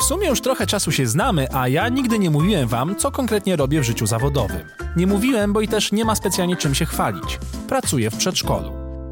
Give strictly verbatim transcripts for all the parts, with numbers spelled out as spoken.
sumie już trochę czasu się znamy, a ja nigdy nie mówiłem wam, co konkretnie robię w życiu zawodowym. Nie mówiłem, bo i też nie ma specjalnie czym się chwalić. Pracuję w przedszkolu.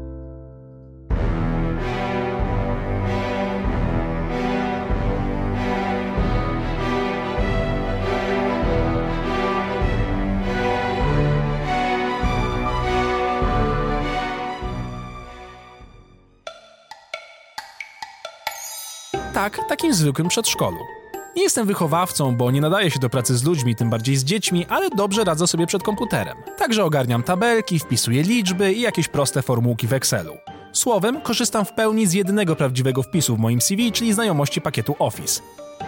Tak, takim zwykłym przedszkolu. Nie jestem wychowawcą, bo nie nadaję się do pracy z ludźmi, tym bardziej z dziećmi, ale dobrze radzę sobie przed komputerem. Także ogarniam tabelki, wpisuję liczby i jakieś proste formułki w Excelu. Słowem, korzystam w pełni z jedynego prawdziwego wpisu w moim C V, czyli znajomości pakietu Office.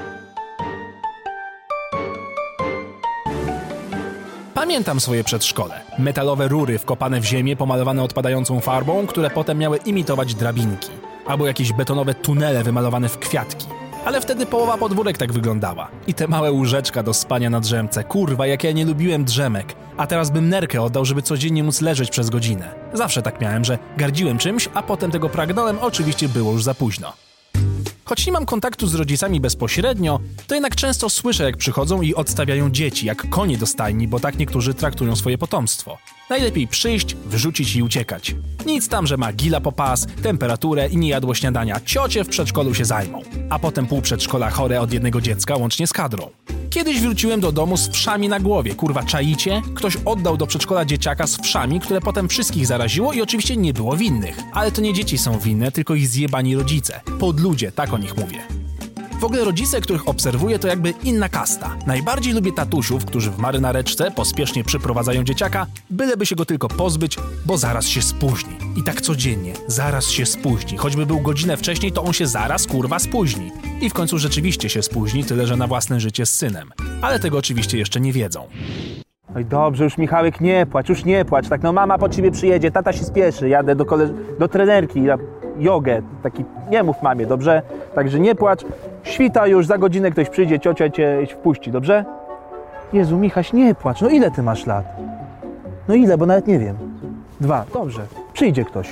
Pamiętam swoje przedszkole. Metalowe rury wkopane w ziemię, pomalowane odpadającą farbą, które potem miały imitować drabinki. Albo jakieś betonowe tunele wymalowane w kwiatki. Ale wtedy połowa podwórek tak wyglądała. I te małe łóżeczka do spania na drzemce. Kurwa, jak ja nie lubiłem drzemek. A teraz bym nerkę oddał, żeby codziennie móc leżeć przez godzinę. Zawsze tak miałem, że gardziłem czymś, a potem tego pragnąłem, oczywiście było już za późno. Choć nie mam kontaktu z rodzicami bezpośrednio, to jednak często słyszę, jak przychodzą i odstawiają dzieci, jak konie do stajni, bo tak niektórzy traktują swoje potomstwo. Najlepiej przyjść, wyrzucić i uciekać. Nic tam, że ma gila po pas, temperaturę i nie jadło śniadania. Ciocie w przedszkolu się zajmą. A potem pół przedszkola chore od jednego dziecka, łącznie z kadrą. Kiedyś wróciłem do domu z wszami na głowie. Kurwa, czaicie? Ktoś oddał do przedszkola dzieciaka z wszami, które potem wszystkich zaraziło i oczywiście nie było winnych. Ale to nie dzieci są winne, tylko ich zjebani rodzice. Podludzie, tak o nich mówię. W ogóle rodzice, których obserwuję, to jakby inna kasta. Najbardziej lubię tatusiów, którzy w marynareczce pospiesznie przyprowadzają dzieciaka, byleby się go tylko pozbyć, bo zaraz się spóźni. I tak codziennie, zaraz się spóźni. Choćby był godzinę wcześniej, to on się zaraz, kurwa, spóźni. I w końcu rzeczywiście się spóźni, tyle że na własne życie z synem. Ale tego oczywiście jeszcze nie wiedzą. Oj, dobrze, już Michałek, nie płacz, już nie płacz. Tak, no mama po ciebie przyjedzie, tata się spieszy, jadę do, kole... do trenerki na jogę. Taki, nie mów mamie, dobrze? Także nie płacz. Świta już, za godzinę ktoś przyjdzie, ciocia cię wpuści, dobrze? Jezu, Michaś, nie płacz. No ile ty masz lat? No ile, bo nawet nie wiem. Dwa, dobrze. Przyjdzie ktoś.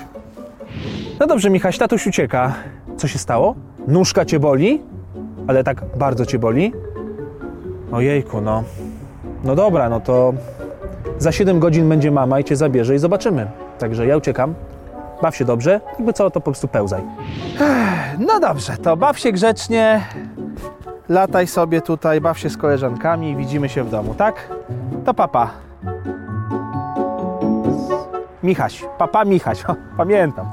No dobrze, Michaś, tatuś ucieka. Co się stało? Nóżka cię boli? Ale tak bardzo cię boli? Ojejku, no. No dobra, no to za siedem godzin będzie mama i cię zabierze i zobaczymy. Także ja uciekam. Baw się dobrze. Jakby co, to po prostu pełzaj. No dobrze, to baw się grzecznie. Lataj sobie tutaj, baw się z koleżankami i widzimy się w domu, tak? To papa. Michaś, papa Michaś, o, pamiętam.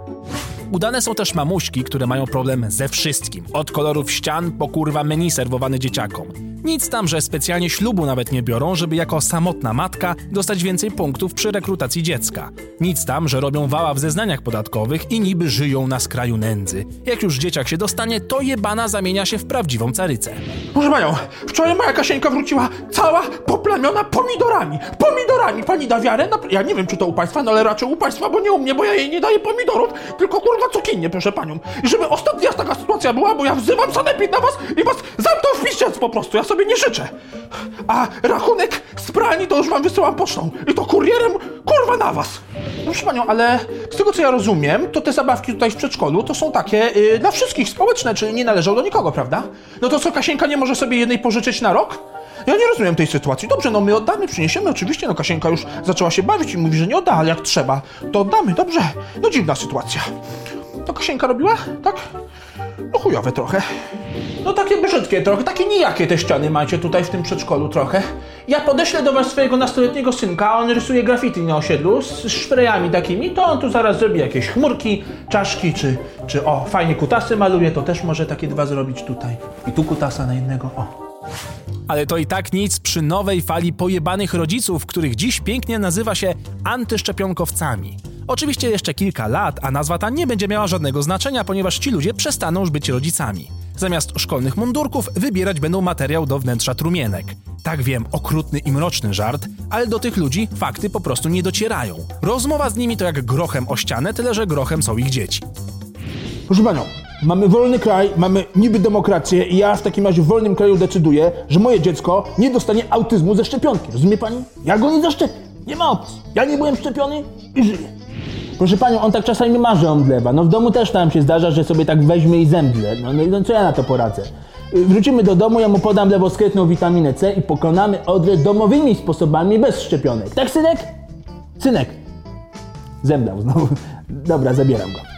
Udane są też mamuśki, które mają problem ze wszystkim. Od kolorów ścian po kurwa menu serwowane dzieciakom. Nic tam, że specjalnie ślubu nawet nie biorą, żeby jako samotna matka dostać więcej punktów przy rekrutacji dziecka. Nic tam, że robią wała w zeznaniach podatkowych i niby żyją na skraju nędzy. Jak już dzieciak się dostanie, to jebana zamienia się w prawdziwą carycę. Proszę panią, wczoraj moja Kasieńka wróciła cała poplamiona pomidorami. Pomidorami, pani da wiarę? No, ja nie wiem, czy to u państwa, no ale raczej u państwa, bo nie u mnie, bo ja jej nie daję pomidorów, tylko kurwa cukinię, proszę panią. I żeby ostatni raz taka sytuacja była, bo ja wzywam sanepid na was i was zamknął w piszczec po prostu, ja sobie nie życzę. A rachunek z pralni to już wam wysyłam pocztą i to kurierem, kurwa, na was. Proszę panią, ale z tego co ja rozumiem, to te zabawki tutaj w przedszkolu to są takie yy, dla wszystkich społeczne, czyli nie należą do nikogo, prawda? No to co, Kasieńka nie może sobie jednej pożyczyć na rok? Ja nie rozumiem tej sytuacji. Dobrze, no my oddamy, przyniesiemy, oczywiście, no Kasieńka już zaczęła się bawić i mówi, że nie odda, ale jak trzeba, to oddamy, dobrze. No dziwna sytuacja. To Kasieńka robiła, tak? No chujowe trochę. No takie brzydkie trochę, takie nijakie te ściany macie tutaj w tym przedszkolu trochę. Ja podeślę do was swojego nastoletniego synka, on rysuje graffiti na osiedlu z szprejami takimi, to on tu zaraz zrobi jakieś chmurki, czaszki, czy, czy o, fajnie kutasy maluje, to też może takie dwa zrobić tutaj. I tu kutasa na jednego, o. Ale to i tak nic przy nowej fali pojebanych rodziców, których dziś pięknie nazywa się antyszczepionkowcami. Oczywiście jeszcze kilka lat, a nazwa ta nie będzie miała żadnego znaczenia, ponieważ ci ludzie przestaną już być rodzicami. Zamiast szkolnych mundurków wybierać będą materiał do wnętrza trumienek. Tak wiem, okrutny i mroczny żart, ale do tych ludzi fakty po prostu nie docierają. Rozmowa z nimi to jak grochem o ścianę, tyle że grochem są ich dzieci. Proszę panią, mamy wolny kraj, mamy niby demokrację i ja w takim razie w wolnym kraju decyduję, że moje dziecko nie dostanie autyzmu ze szczepionki. Rozumie pani? Ja go nie zaszczepię. Nie ma opcji. Ja nie byłem szczepiony i żyję. Proszę panią, on tak czasami marzy omdlewa. No w domu też tam się zdarza, że sobie tak weźmie i zemdle. No, no, no co ja na to poradzę? Wrócimy do domu, ja mu podam lewoskretną witaminę C i pokonamy odrę domowymi sposobami bez szczepionek. Tak, synek? Synek. Zemdlał znowu. Dobra, zabieram go.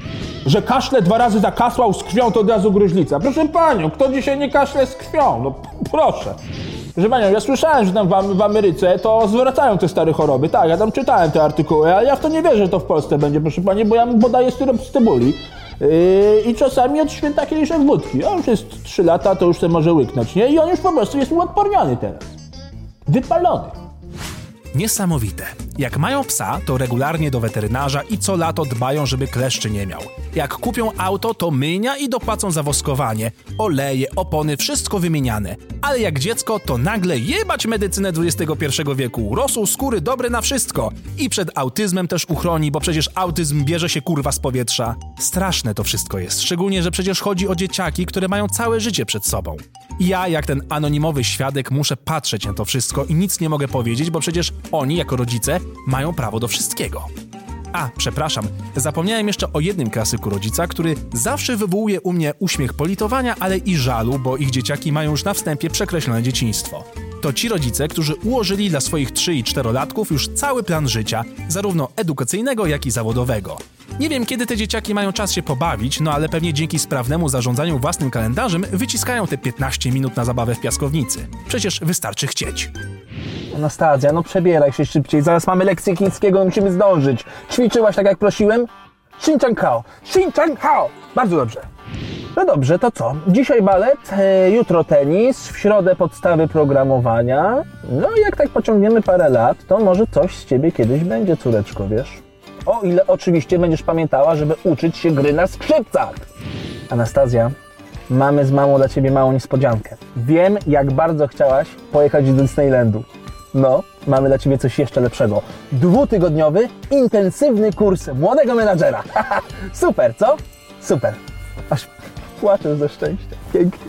Że kaszle dwa razy zakasłał z krwią, to od razu gruźlica. Proszę panią, kto dzisiaj nie kaszle z krwią? No p- proszę. Proszę panią, ja słyszałem, że tam w, w Ameryce to zwracają te stare choroby. Tak, ja tam czytałem te artykuły, ale ja w to nie wierzę, że to w Polsce będzie, proszę pani, bo ja mu podaję syrop z cebuli. Yy, I czasami od święta kieliszek wódki. On już jest trzy lata, to już se może łyknąć, nie? I on już po prostu jest uodporniony teraz. Wypalony. Niesamowite. Jak mają psa, to regularnie do weterynarza i co lato dbają, żeby kleszczy nie miał. Jak kupią auto, to myjnia i dopłacą za woskowanie. Oleje, opony, wszystko wymieniane. Ale jak dziecko, to nagle jebać medycynę dwudziestego pierwszego wieku. Rosół skóry dobry na wszystko. I przed autyzmem też uchroni, bo przecież autyzm bierze się kurwa z powietrza. Straszne to wszystko jest, szczególnie, że przecież chodzi o dzieciaki, które mają całe życie przed sobą. I ja, jak ten anonimowy świadek, muszę patrzeć na to wszystko i nic nie mogę powiedzieć, bo przecież oni, jako rodzice, mają prawo do wszystkiego. A, przepraszam, zapomniałem jeszcze o jednym klasyku rodzica, który zawsze wywołuje u mnie uśmiech politowania, ale i żalu, bo ich dzieciaki mają już na wstępie przekreślone dzieciństwo. To ci rodzice, którzy ułożyli dla swoich trzy- i czterolatków już cały plan życia, zarówno edukacyjnego, jak i zawodowego. Nie wiem, kiedy te dzieciaki mają czas się pobawić, no ale pewnie dzięki sprawnemu zarządzaniu własnym kalendarzem wyciskają te piętnaście minut na zabawę w piaskownicy. Przecież wystarczy chcieć. Anastazja, no przebieraj się szybciej, zaraz mamy lekcję chińskiego, musimy zdążyć. Ćwiczyłaś tak jak prosiłem? Xinjiang Hao, Xinjiang Hao! Bardzo dobrze. No dobrze, to co? Dzisiaj balet, e, jutro tenis, w środę podstawy programowania. No i jak tak pociągniemy parę lat, to może coś z ciebie kiedyś będzie, córeczko, wiesz? O ile oczywiście będziesz pamiętała, żeby uczyć się gry na skrzypcach. Anastazja, mamy z mamą dla ciebie małą niespodziankę. Wiem, jak bardzo chciałaś pojechać do Disneylandu. No, mamy dla ciebie coś jeszcze lepszego. Dwutygodniowy, intensywny kurs młodego menadżera. Super, co? Super. Aż płaczę ze szczęścia. Pięknie.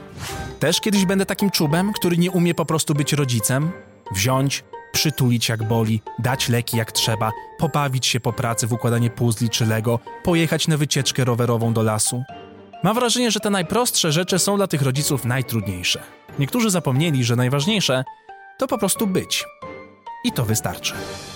Też kiedyś będę takim czubem, który nie umie po prostu być rodzicem? Wziąć, przytulić jak boli, dać leki jak trzeba, pobawić się po pracy w układanie puzli czy Lego, pojechać na wycieczkę rowerową do lasu. Mam wrażenie, że te najprostsze rzeczy są dla tych rodziców najtrudniejsze. Niektórzy zapomnieli, że najważniejsze to po prostu być. I to wystarczy.